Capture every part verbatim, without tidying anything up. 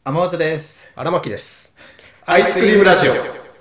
天松です。 荒牧です。 アイスクリームラジオ。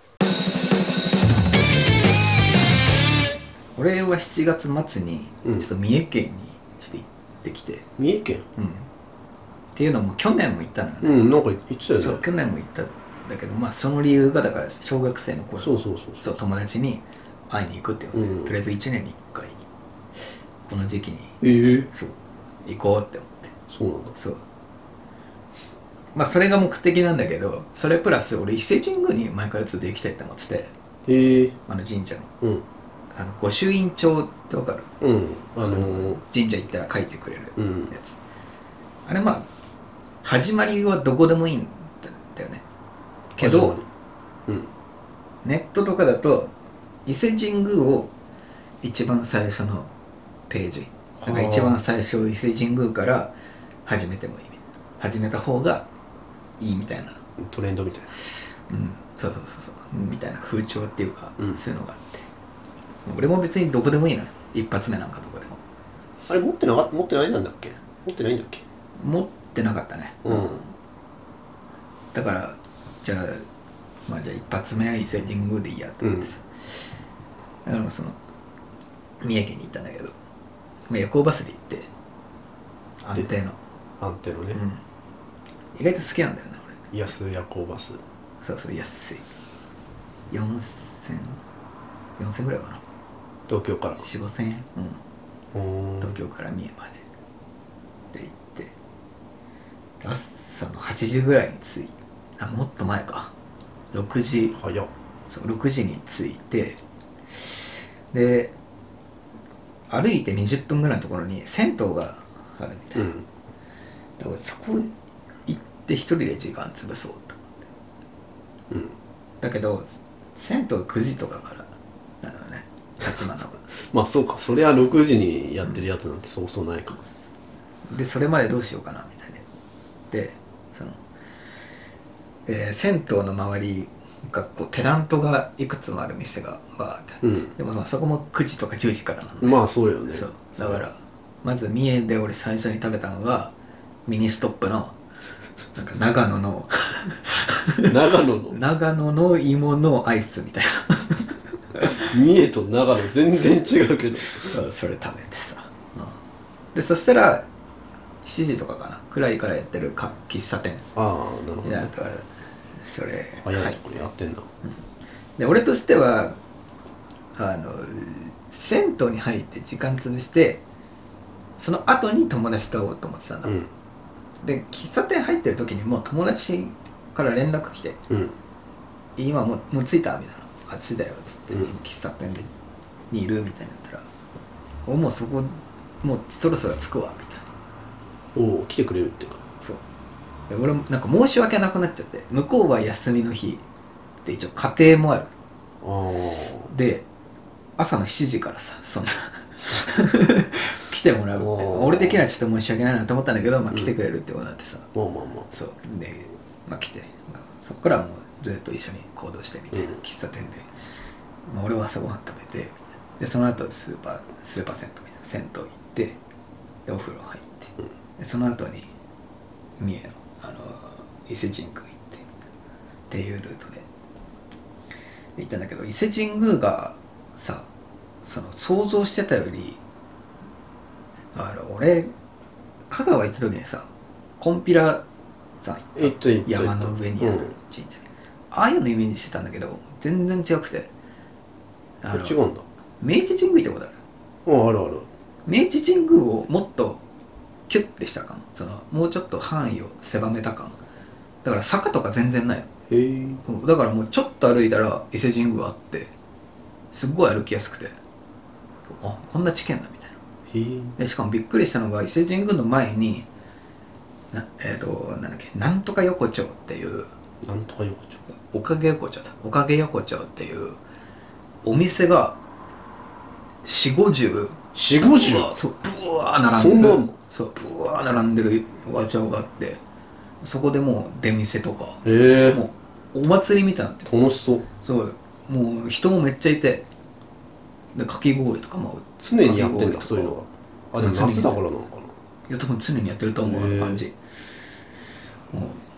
俺はしちがつ末にちょっと三重県にちょっと行ってきて、 三重県、 うん、っていうのも去年も行ったのよね。 うん、なんか言ってたよね。 そう去年も行ったんだけど、まあその理由がだから小学生の頃、 そうそうそうそう友達に会いに行くっていうので、うん、とりあえずいちねんにいっかいこの時期に、 えー、 そう行こうって思って。 そうなんだ。 そうまあそれが目的なんだけど、それプラス俺伊勢神宮に前からずっと行きたいって思ってて、 えー、 あの神社の、 うん、 あの御朱印帳ってわかる？ うん、あのー、 神社行ったら書いてくれるやつ、うん、あれまあ始まりはどこでもいいんだよね。けど、うん、ネットとかだと伊勢神宮を一番最初のページ、だから一番最初伊勢神宮から始めてもいい、始めた方がいいみたいなトレンドみたいな、 うん、そうそうそうそう、うん、みたいな風潮っていうか、うん、そういうのがあって、俺も別にどこでもいいな、一発目なんかどこでも。 あれ持ってなか持ってないんだっけ？持ってないんだっけ？ 持ってなかったね、うん、だからじゃあまあじゃあ一発目は伊勢神宮でいいやと思ってさ、うん、だからその三重県に行ったんだけど、まあ、夜行バスで行って安定の安定のね、うん、 意外と好きなんだよね俺。安夜行バス。 そうそう、安いよんせんよんせんぐらいかな、 東京からよん、ごせんえん、うん、東京から三重までで行って、朝のはちじぐらいに着いて、あもっと前か、ろくじ、 早っ。 そうろくじに着いて、で歩いてにじゅっぷんぐらいのところに銭湯があるみたいな、うん、だからそこ行って一人で時間潰そうと思って、うん、だけど銭湯がくじとかからなのね、立花がまあそうか、そりゃろくじにやってるやつなんてそうそうないかも、 うん、でそれまでどうしようかなみたいなで、その、えー、銭湯の周りがこうテナントがいくつもある店がバーってあって、うん、でもまあそこもくじとかじゅうじからなので、 まあそうよね。 そうだからまず三重で俺最初に食べたのがミニストップのなんか長野の長野の長野の芋のアイスみたいな三重と長野全然違うけどそれ食べてさ、うん、でそしたらしちじとかかなくらいからやってるか喫茶店、 ああなるほど、 だからそれ早いところやってんだ、 うん、で俺としてはあの銭湯に入って時間潰してその後に友達と会おうと思ってたんだ、うん、で喫茶店入ってる時にもう友達から連絡来て、うん、今もう、もう着いたみたいな、あっちだよっつって、うん、喫茶店でにいるみたいになったら、おもうそこもうそろそろ着くわみたいな、おお来てくれるっていうか、 そうで俺もなんか申し訳なくなっちゃって、向こうは休みの日で一応家庭もある、あで朝のしちじからさそんな来てもらうって俺的にはちょっと申し訳ないなと思ったんだけど、まあ、来てくれるってことになってさ、 うん、まあまあまあそうで、まあ、来て、まあ、そっからもうずっと一緒に行動してみて、うん、喫茶店で、まあ、俺は朝ごはん食べて、でその後スーパースーパー銭湯みたいな銭湯行って、でお風呂入って、うん、でその後に三重の、あの伊勢神宮行ってっていうルートで行ったんだけど、伊勢神宮がさその想像してたより、あの俺香川行った時にさコンピラさん行った山の上にある神社、うん、ああいうのイメージしてたんだけど全然違くて、 あの違うんだ。 明治神宮ってことある？ ああるある。 明治神宮をもっとキュッてした感、そのもうちょっと範囲を狭めた感だから、坂とか全然ない。 へー、 だからもうちょっと歩いたら伊勢神宮あってすっごい歩きやすくて、あこんな地形だみたいな。でしかもびっくりしたのが伊勢神宮の前になえっ、ー、となんだっけなんとか横丁っていうなんとか横丁おかげ横丁だおかげ横丁っていうお店がよん、ごじゅうよん、ごじゅうそうブワー並んでるそうブワー並んでる和町があって、そこでもう出店とか、 へもうお祭りみたいになって楽しそう。 そうもう人もめっちゃいて、でかき氷とかも常にやってんだそういうのが。あでも夏だからなのかな。 いや多分常にやってると思う、あの感じ。も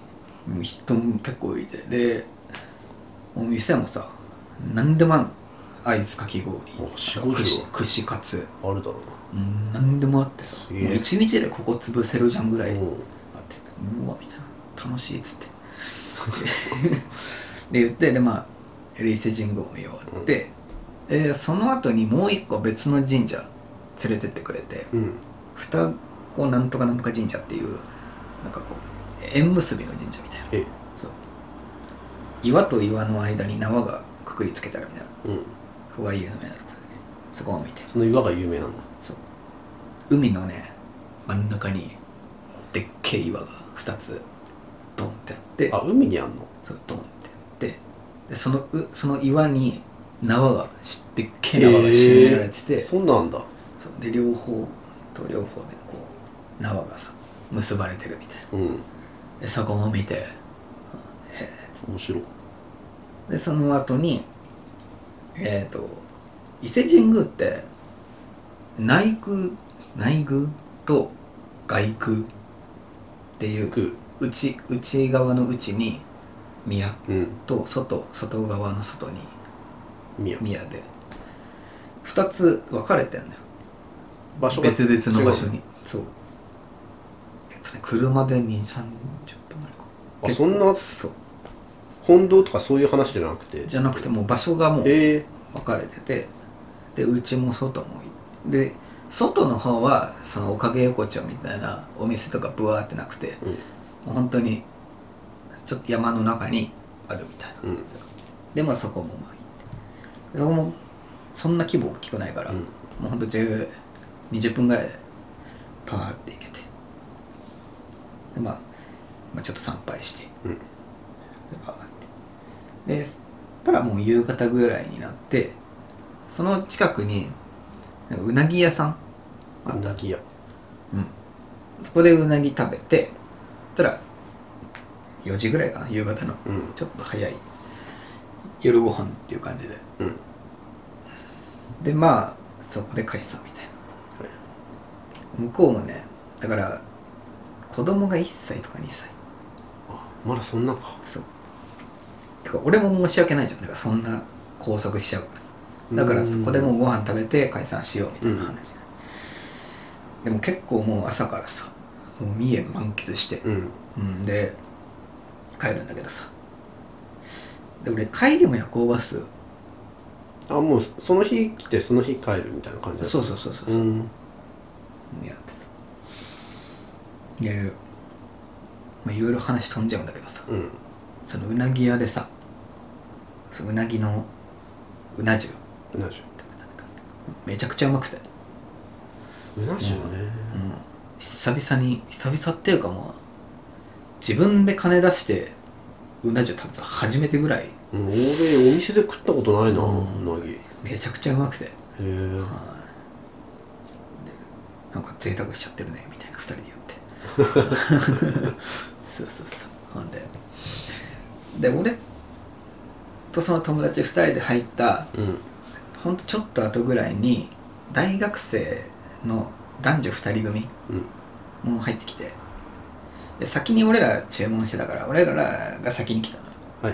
人も結構いて、でお店もさ何でもあるの。アイスかき氷、 すごいよ串串カツ、 あるだろうん、何でもあってさ、 すげえもう一日でここ潰せるじゃんぐらいあうんってさ、うわみたいな、楽しいっつってで言って、でまあレイセ神宮を見終わって、うん、でその後にもう一個別の神社連れてってくれて、 うん、 双子なんとかなんとか神社っていうなんかこう縁結びの神社みたいな、 えそう岩と岩の間に縄がくくりつけてあるみたいな、 うん、 ここが有名なところでね、そこを見て、 その岩が有名なんだ。 そう海のね真ん中にでっけえ岩がふたつドンってあって、 あ、海にあんの？ そうドンってあって、でそのうその岩に縄がしでっけえ縄が締められてて、 えー、そんなんだ。 そうで両方と両方でこう縄がさ結ばれてるみたいな、 うん、 でそこも見て、へえ面白い。 でその後にえっ、ー、と伊勢神宮って内宮内宮と外宮っていう内内側の内に宮と外、うん、外側の外に宮, 宮でふたつ分かれてんだよ、場所が別々の場所に。そうえっとね車でにじゅうさんじゅっぷんぐらいか。 あ、そんな。 そう本堂とかそういう話じゃなくてじゃなくてもう場所がもう分かれてて、で内も外もで外の方はそのおかげ横丁みたいなお店とかブワーってなくて、うん、もう本当にちょっと山の中にあるみたいな、うん、でもそこもまあいい、そこもそんな規模大きくないから、うん、もうほんとじゅう、にじゅっぷんぐらいでパーって行けて、で、まあ、まあちょっと参拝して、うん、でパーってでたらもう夕方ぐらいになって、その近くになんかうなぎ屋さんあった。 うなぎ屋、 うん、そこでうなぎ食べてたらよじぐらいかな、夕方の、うん、ちょっと早い夜ご飯っていう感じで、うん、でまあそこで解散みたいな、はい、向こうもねだから子供がいっさいとかにさい、 あまだそんなか。 そうてか俺も申し訳ないじゃん、だからそんな拘束しちゃうからさ、だからそこでもうご飯食べて解散しようみたいな話、うん、でも結構もう朝からさもう三重満喫して、うんうん、で帰るんだけどさ、で俺帰りも夜行バス、 あもうその日来てその日帰るみたいな感じだった。 そうそうそうそう、うん、やってさでまあいろいろ話飛んじゃうんだけどさ、うん、そのうなぎ屋でさそのうなぎのうな重うな重めちゃくちゃうまくて、 うな重ね、 うん、久々に久々っていうかもう自分で金出してうな重食べたら初めてぐらい、 うん、俺お店で食ったことないな、うん、うなぎめちゃくちゃうまくて、へえ、はい、なんか贅沢しちゃってるねみたいなふたりで言ってそうそうそう、ほんでで俺とその友達ふたりで入った、うん、ほんとちょっと後ぐらいに大学生の男女ふたり組も入ってきて、で先に俺ら注文してたから俺らが先に来たの、はいはい、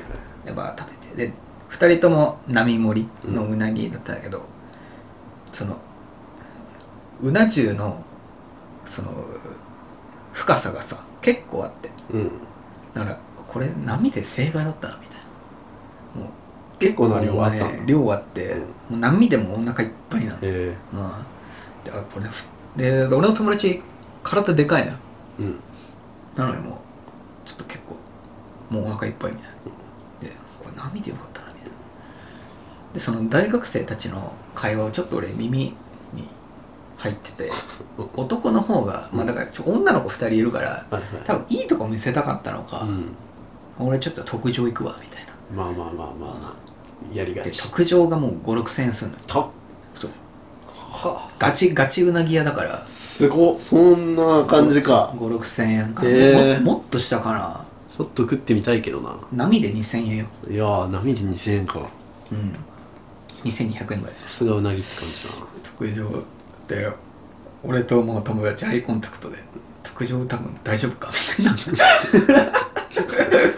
でバー食べて、でふたりとも並盛りのうなぎだったんだけど、うん、そのうな重のその深さがさ結構あって、うん、だからこれ波で正解だったなみたいな、もう結構な量あった、 ね、量あって、うん、もう波でもお腹いっぱいなの、えーうん、でこれで俺の友達体でかいのよ、うん、なのにもうちょっと結構もうお腹いっぱいみたいな、うん、でこれ波でよかったなみたいな、でその大学生たちの会話をちょっと俺耳に入ってて男の方が、まあだからちょ女の子ふたりいるから、はいはい、多分いいとこ見せたかったのか、うん、俺ちょっと特上行くわみたいな、 まあまあまあまあ、まあ、やりがちで特上がもうご、ろくせんえんするのよ。そうはガチガチうなぎ屋だからすごっ、そんな感じか。 ご、ろくせんえんかな、えー、も, もっとしたかな。 ちょっと食ってみたいけどな。 波でにせんえんよ。 いやー波でにせんえんか。 うんにせんにひゃくえんぐらいです。 さすがうなぎって感じだな。 特上で俺ともう友達アイコンタクトで特上多分大丈夫かみたいな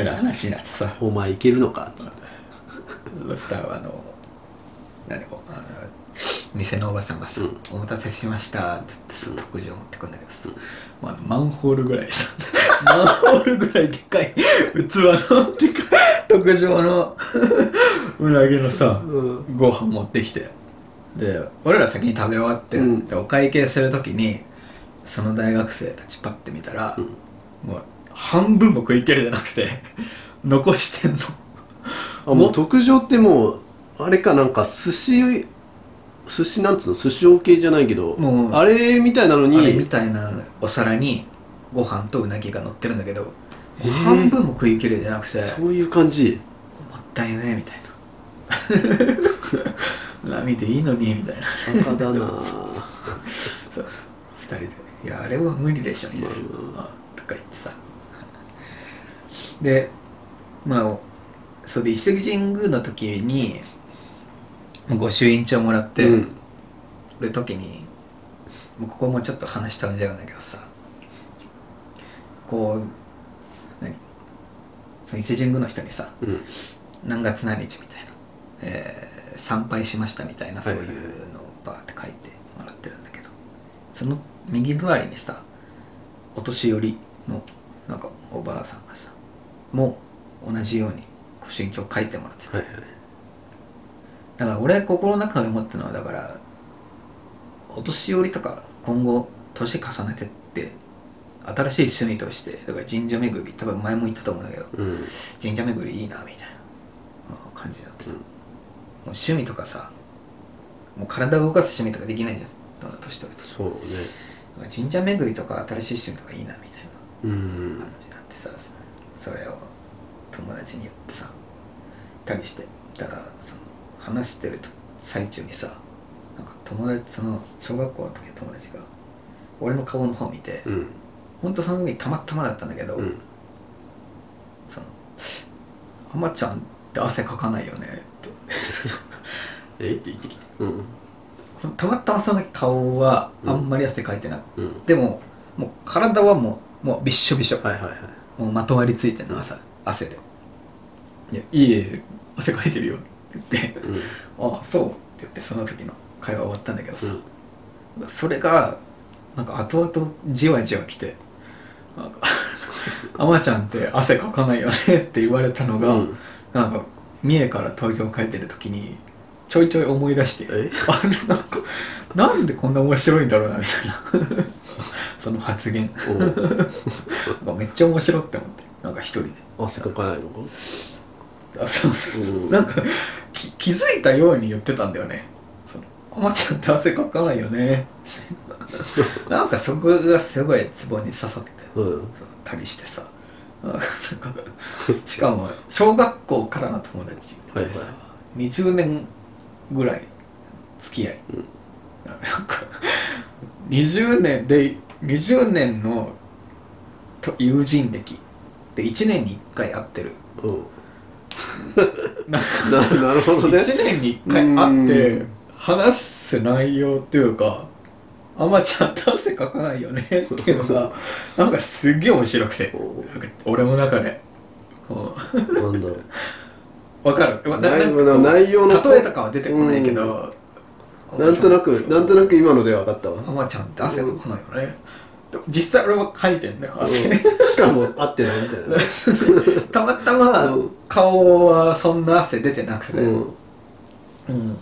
いな話になってさ、 お前いけるのかっつってそしたらあの何をあの店のおばさんがさ、 うんお待たせしましたって言ってさ、 うん特上持ってくんだけどさ、まあ、マンホールぐらいさマンホールぐらいでかい器のでかい特上のうなぎのさ、 うんご飯持ってきて、で俺ら先に食べ終わって、 うん、 でお会計するときにその大学生たちパッて見たら、 うん、 もう半分も食い切れてなくて残してんの。 あ、もう特上ってもうあれか、なんか寿司寿司なんつうの、寿司オ系じゃないけど、 もうあれみたいなのに、 あれみたいなお皿にご飯とうなぎが乗ってるんだけど、 えー半分も食い切れてなくて、 そういう感じ。 もったいねえみたいな波でいいのにみたいなバカだなそうふたりで「いやあれは無理でしょ」みたいな、 うんあとか言ってさ、でまあそれで伊勢神宮の時に御朱印帳もらって、 うん、 る時にもうここもちょっと話飛んじゃうんだけどさ、こう何その伊勢神宮の人にさ、 うん、 何月何日みたいな、えー、参拝しましたみたいな、そういうのをバーって書いてもらってるんだけど、その右隣にさお年寄りのなんかおばあさんがさもう同じように御朱印帳書いてもらってて、 はいはい、 だから俺心の中で思ってるのは、だからお年寄りとか今後年重ねてって新しい趣味として、だから神社巡り、多分前も言ったと思うんだけど、 うん、 神社巡りいいなみたいな感じになってさ、うん、もう趣味とかさ、もう体を動かす趣味とかできないじゃん、どんな年取ると。 そうね、 神社巡りとか新しい趣味とかいいなみたいなうん、 感じになってさ、それを友達に言ってさたりしてたら、その話してる最中にさ、なんか友達、その小学校の時の友達が俺の顔の方見て、 うん、 ほんとその時にたまたまだったんだけど、 うん、 その「あまちゃんって汗かかないよね」ってえって言ってきて、 うん、 たまたまその顔はあんまり汗かいてなく、 うん、 でももう体はもうもうびっしょびしょ、 はいはいはい、 もうまとわりついてるの、朝汗で「いやいいえ汗かいてるよ」って言ってうん 「ああそう」って言って、その時の会話終わったんだけどさ、 うん、 それがなんか後々じわじわきて、なんか「あまちゃんって汗かかないよね」って言われたのが、うん、なんか三重から東京帰ってる時にちょいちょい思い出して、 えあれなんかなんでこんな面白いんだろうなみたいなその発言なんかめっちゃ面白って思って、なんか一人で汗かかないのか、 あ、そうそうそう、 うん、 なんかき気づいたように言ってたんだよね。そのあまちゃんって汗かかないよねなんかそこがすごいツボに刺さってたりしてさ、うん、なんかしかも小学校からの友達でさ、はいはい、にじゅうねんぐらい付き合い、うん、なんかにじゅうねんでにじゅうねんの友人歴でいちねんにいっかい会ってる、うん、な, なるほどね、いちねんにいっかい会って話す内容っていうか、あまちゃんって汗かかないよねっていうのがなんかすげえ面白くて、なんか俺の中でなんだろう、わかる、な内容内容の例えとかは出てこないけど、 うん、なんとなくなんとなく今ので分かったわ。 あまちゃんって汗かかないよね、うん、実際俺はかいてんだよ汗、うん、 しかも合ってないみたいなたまたま顔はそんな汗出てなくて、うん、うん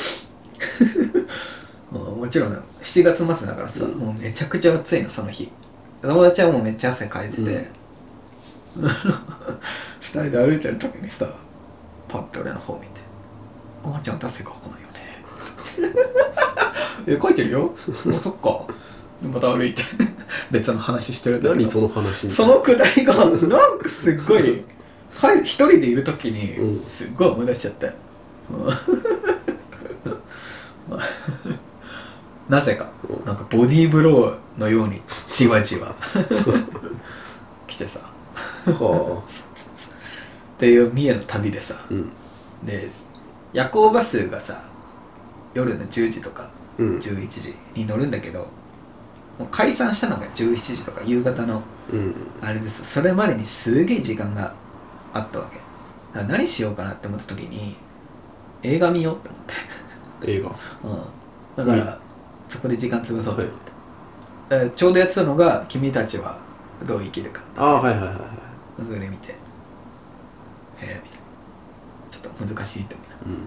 もちろんしちがつ末だからさ、うん、もうめちゃくちゃ暑いのその日、友達はもうめっちゃ汗かいてて、うん、ふたりで歩いてる時にさパッて俺の方見て「あまちゃんって汗かかないよね」え、書いてるよあ、そっか。また歩いて別の話してるんだけど、 何その話、 そのくだりがなんかすっごい一人でいる時にすっごい思い出しちゃって、うんなぜかなんかボディーブローのようにじわじわ来てさはっていう三重の旅でさ、うん、で夜行バスがさ夜のじゅうじとかじゅういちじに乗るんだけど、もう解散したのがじゅうしちじとか夕方のあれです、それまでにすげえ時間があったわけ。だから何しようかなって思った時に映画見ようって思って映画うん、だから、うん、そこで時間潰そうと思って、はい、ちょうどやってたのが君たちはどう生きるかって。 ああはいはいはいはい。 それ見てへえみたいな、ちょっと難しいと思うな、うん、見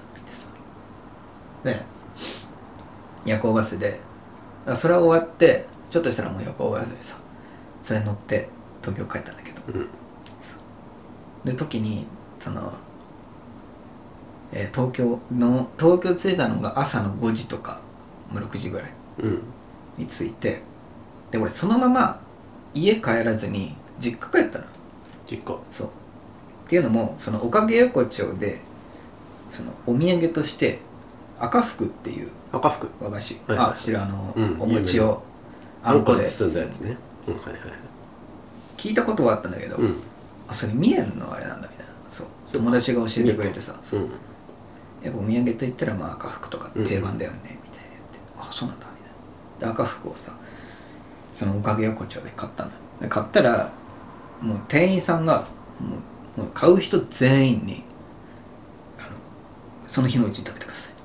てさ、で夜行バスでそれは終わってちょっとしたらもう夜行バスでさそれ乗って東京帰ったんだけど、うん、で時にその、えー、東京の東京着いたのが朝のごじとかもうろくじぐらいに着いて、うん、で俺そのまま家帰らずに実家帰ったの。 実家そうっていうのもそのおかげ横丁でそのお土産として赤福っていう赤福和菓子、 はいはい、 あ知るあの、うん、お餅をあんこで包んだやつね、うんはいはいはい、 聞いたことはあったんだけど、うん、あそれ三重のあれなんだみたいな、そう友達が教えてくれてさ、そう、うん、やっぱお土産といったらまあ赤福とか定番だよね、うん、みたいな言って、あそうなんだみたいな。で赤福をさそのおかげ横丁で買ったの。で買ったらもう店員さんがもう、もう買う人全員にあのその日のうちに食べてください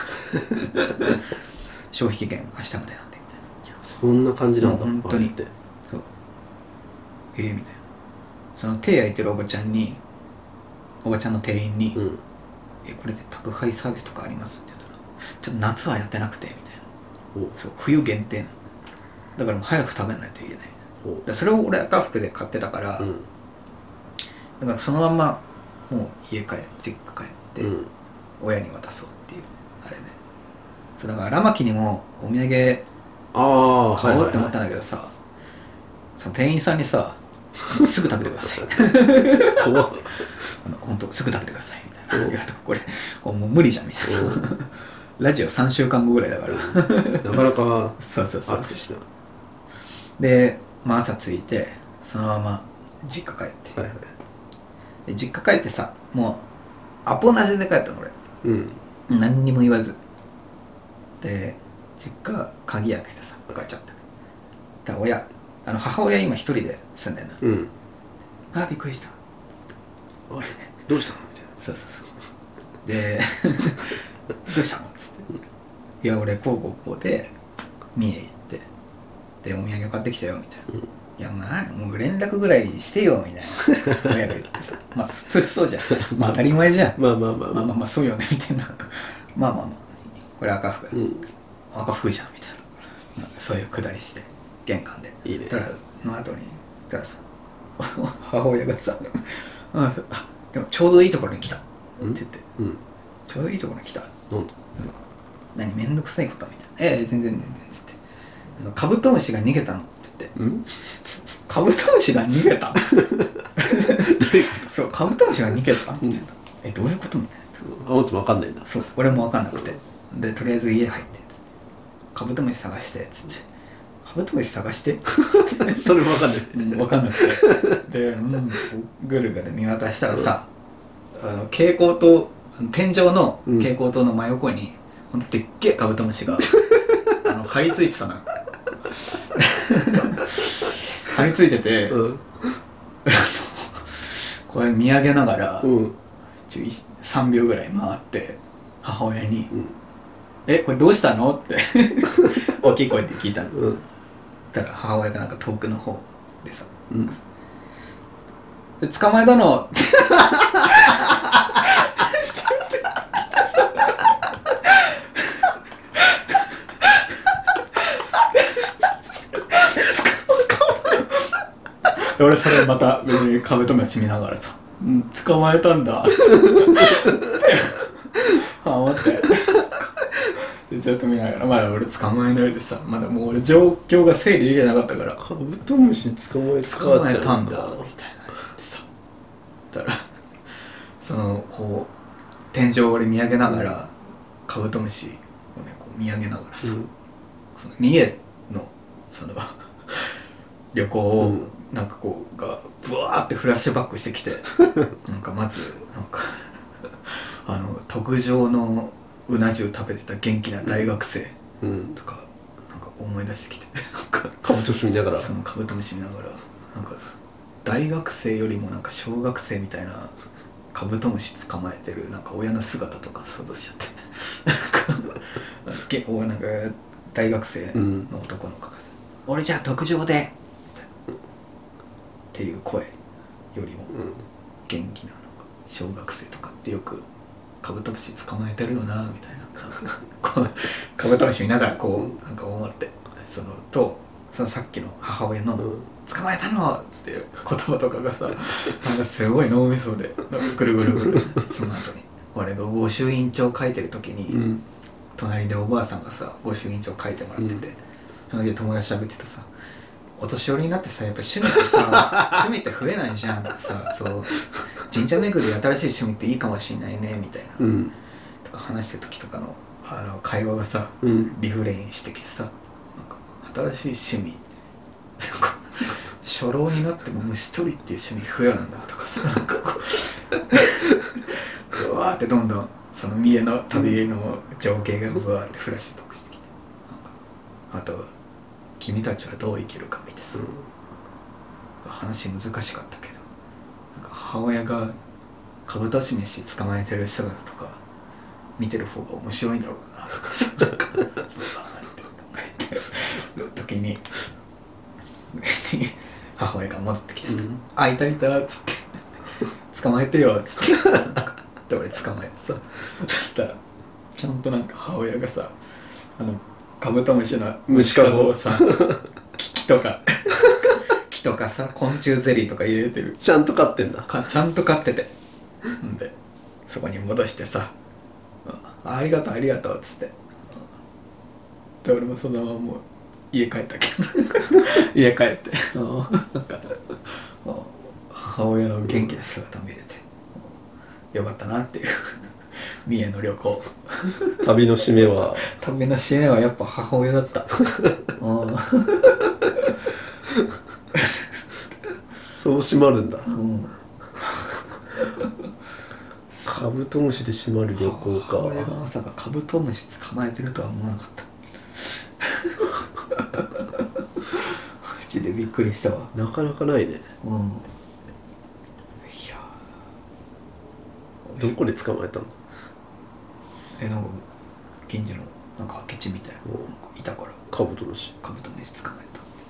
消費期限明日までなんでみたいな。 そんな感じなんだ本当にってそうえー、みたいな。その手焼いてるおばちゃんにおばちゃんの店員に、うん、えこれで宅配サービスとかありますって言ったらちょっと夏はやってなくてみたいな。そう冬限定なだからもう早く食べないといけない。だそれを俺赤福で買ってたから、うん、だからそのまんまもう家帰実家帰って、うん、親に渡そうっていうあれで、そうだから荒牧にもお土産買おうって思ったんだけどさ、はいはいはい、その店員さんにさすぐ食べてくださいあの本当すぐ食べてくださいみたいな。いやこれもう無理じゃんみたいなラジオさんしゅうかんごぐらいだからなかなかそうそうそうそうで、まあ、朝着いてそのまま実家帰って、はいはい、で実家帰ってさもうアポなしで帰ったの俺、うん、何にも言わずで実家鍵開けてさガチャってだから親あの母親今一人で住んでんの、うん、あびっくりしたあれどうしたのみたいな。 そうそうそうでどうしたのっつっていや俺こうこうこうで三重行ってでお土産買ってきたよみたいな、うん、いやまあもう連絡ぐらいしてよみたいな親が言ってさまあ普通そうじゃんまあ当たり前じゃんまあまあまあまあまあまあまあそうよねみたいなまあまあまあこれ赤福、うん、赤福じゃんみたいななんかそういうくだりして玄関でいいね。 だからの後にだからさ母親がさあでもちょうどいいところに来たって言って、うん、ちょうどいいところに来た、うん、何めんどくさいことみたいなええー、全然全然つってカブトムシが逃げたのって言ってカブトムシが逃げたそうカブトムシが逃げたみたいな、うん、えどういうことみたいな。 あおつも分かんないんだ。 そう俺も分かんなくてでとりあえず家入ってカブトムシ探してつってカブトムシ探してそれも分かんない、 分かんなくてで、うん、ぐるぐる見渡したらさ、うん、あの蛍光灯天井の蛍光灯の真横に、うん、ほんとでっけえカブトムシがあの張り付いてたのよ張り付いてて、うん、これ見上げながら、うん、さんびょうぐらい回って母親に、うん、えこれどうしたのって大きい声で聞いたの、うん、たら母親がなんか遠くの方でさ、うん、で捕まえたの俺それまた別にカブトムシ見ながらさ、うん、捕まえたんだあ待ってでずっと見ながらまだ俺捕まえないでさまだもう俺状況が整理できてなかったからカブトムシ捕まえ捕まえたんだみたいな言ってさだからそのこう天井を俺見上げながら、うん、カブトムシをねこう見上げながらさ、うん、その三重のその旅行を、うんなんかこうがブワーってフラッシュバックしてきてなんかまずなんかあの特上のうな重食べてた元気な大学生とか、うん、なんか思い出してきてなんかカブトムシ見ながらそのカブトムシ見ながらなんか大学生よりもなんか小学生みたいなカブトムシ捕まえてるなんか親の姿とか想像しちゃってなんかげおなんか大学生の男の子がさ、うん、俺じゃあ特上でっていう声よりも元気ななんか小学生とかってよくカブトムシ捕まえてるよなみたいなこうカブトムシ見ながらこうなんか思ってそのとそのさっきの母親の「捕まえたの!」っていう言葉とかがさなんかすごい脳みそでぐるぐるぐるその後に俺が御朱印帳書いてる時に、うん、隣でおばあさんがさ御朱印帳書いてもらってて、うん、その時友達喋ってたさお年寄りになってさやっぱ趣味ってさ趣味って増えないじゃんとかさそう神社巡りで新しい趣味っていいかもしんないねみたいな、うん、とか話してる時とかのあの会話がさ、うん、リフレインしてきてさなんか新しい趣味初老になっても虫取りっていう趣味増えるんだとかさなんかこううわーってどんどんその三重の旅の情景がうわーってフラッシュバックしてきてなんかあと君たちはどう生きるか見てさ、うん、話難しかったけどなんか母親がカブトムシ捕まえてる姿とか見てる方が面白いんだろうなとかさなんかそうだなって考えてる時に母親が戻ってきてさ「うん、あいたいた」っつって「捕まえてよ」っつってで俺捕まえてさだったらちゃんとなんか母親がさあのカブトムシの虫かごをさ木とか木とかさ昆虫ゼリーとか入れてるちゃんと飼ってんだかちゃんと飼っててんでそこに戻してさ「あ, ありがとうありがとう」っつってで俺もそのままもう家帰ったけど家帰ってなんか母親の元気な姿見れてよかったなっていう三重の旅行旅の締めは旅の締めはやっぱ母親だったそう締まるんだ、うん、 カブトムシで締まる旅行か母親がまさかカブトムシ捕まえてるとは思わなかったマジでびっくりしたわなかなかないねうんいやどこで捕まえたのえなんか近所のなんか空き地みたいなのがいたからカブトムシカブトムシ捕まえ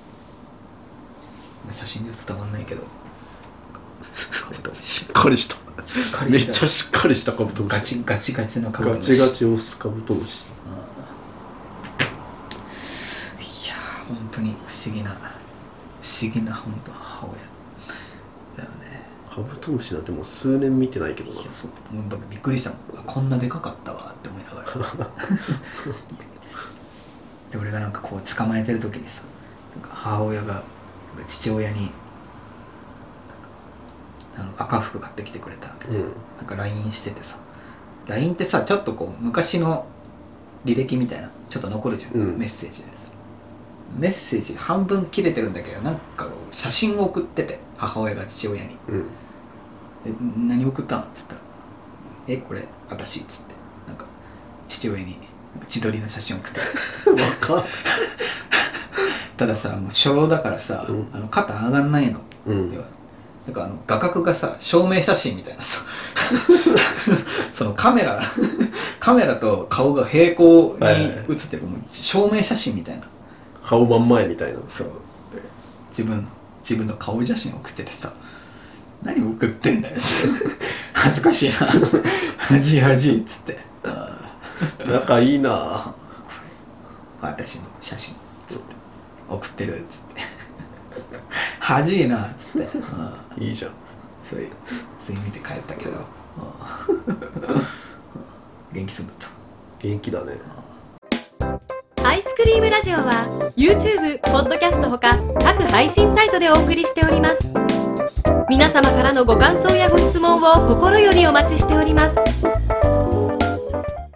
た写真では伝わんないけどカブトムシしっかりしためっちゃしっかりしたカブトムシガチガチガチのカブトムシガチガチオスカブトムシいやー本当に不思議な不思議な本当母親だよねカブトムシなんてもう数年見てないけどな。いやそうもうびっくりしたもんこんなでかかったわって思いながらで俺がなんかこう捕まえてる時にさなんか母親が父親にあの赤服買ってきてくれたみたいな、うん、なんか ライン しててさ ライン ってさちょっとこう昔の履歴みたいなちょっと残るじゃん、うん、メッセージでさメッセージ半分切れてるんだけどなんか写真を送ってて母親が父親に、うん、で何送ったのって言ったらえこれ私っつってなんか父親に自撮りの写真送って若たださもう初老だからさ、うん、あの肩上がんないの、うん、なんかあの画角がさ証明写真みたいなさそのカメラカメラと顔が平行に写ってる、はいはい、もう証明写真みたいな顔真ん前みたいなそうで自分の自分の顔写真送っててさ何送ってんだよ恥ずかしいな恥恥っつって仲いいなこれ私の写真つって送ってるっつって恥いなっつっていいじゃんそれそれ見て帰ったけど元気すぐった元気だねアイスクリームラジオは YouTube、ポッドキャストほか各配信サイトでお送りしております。皆様からのご感想やご質問を心よりお待ちしております。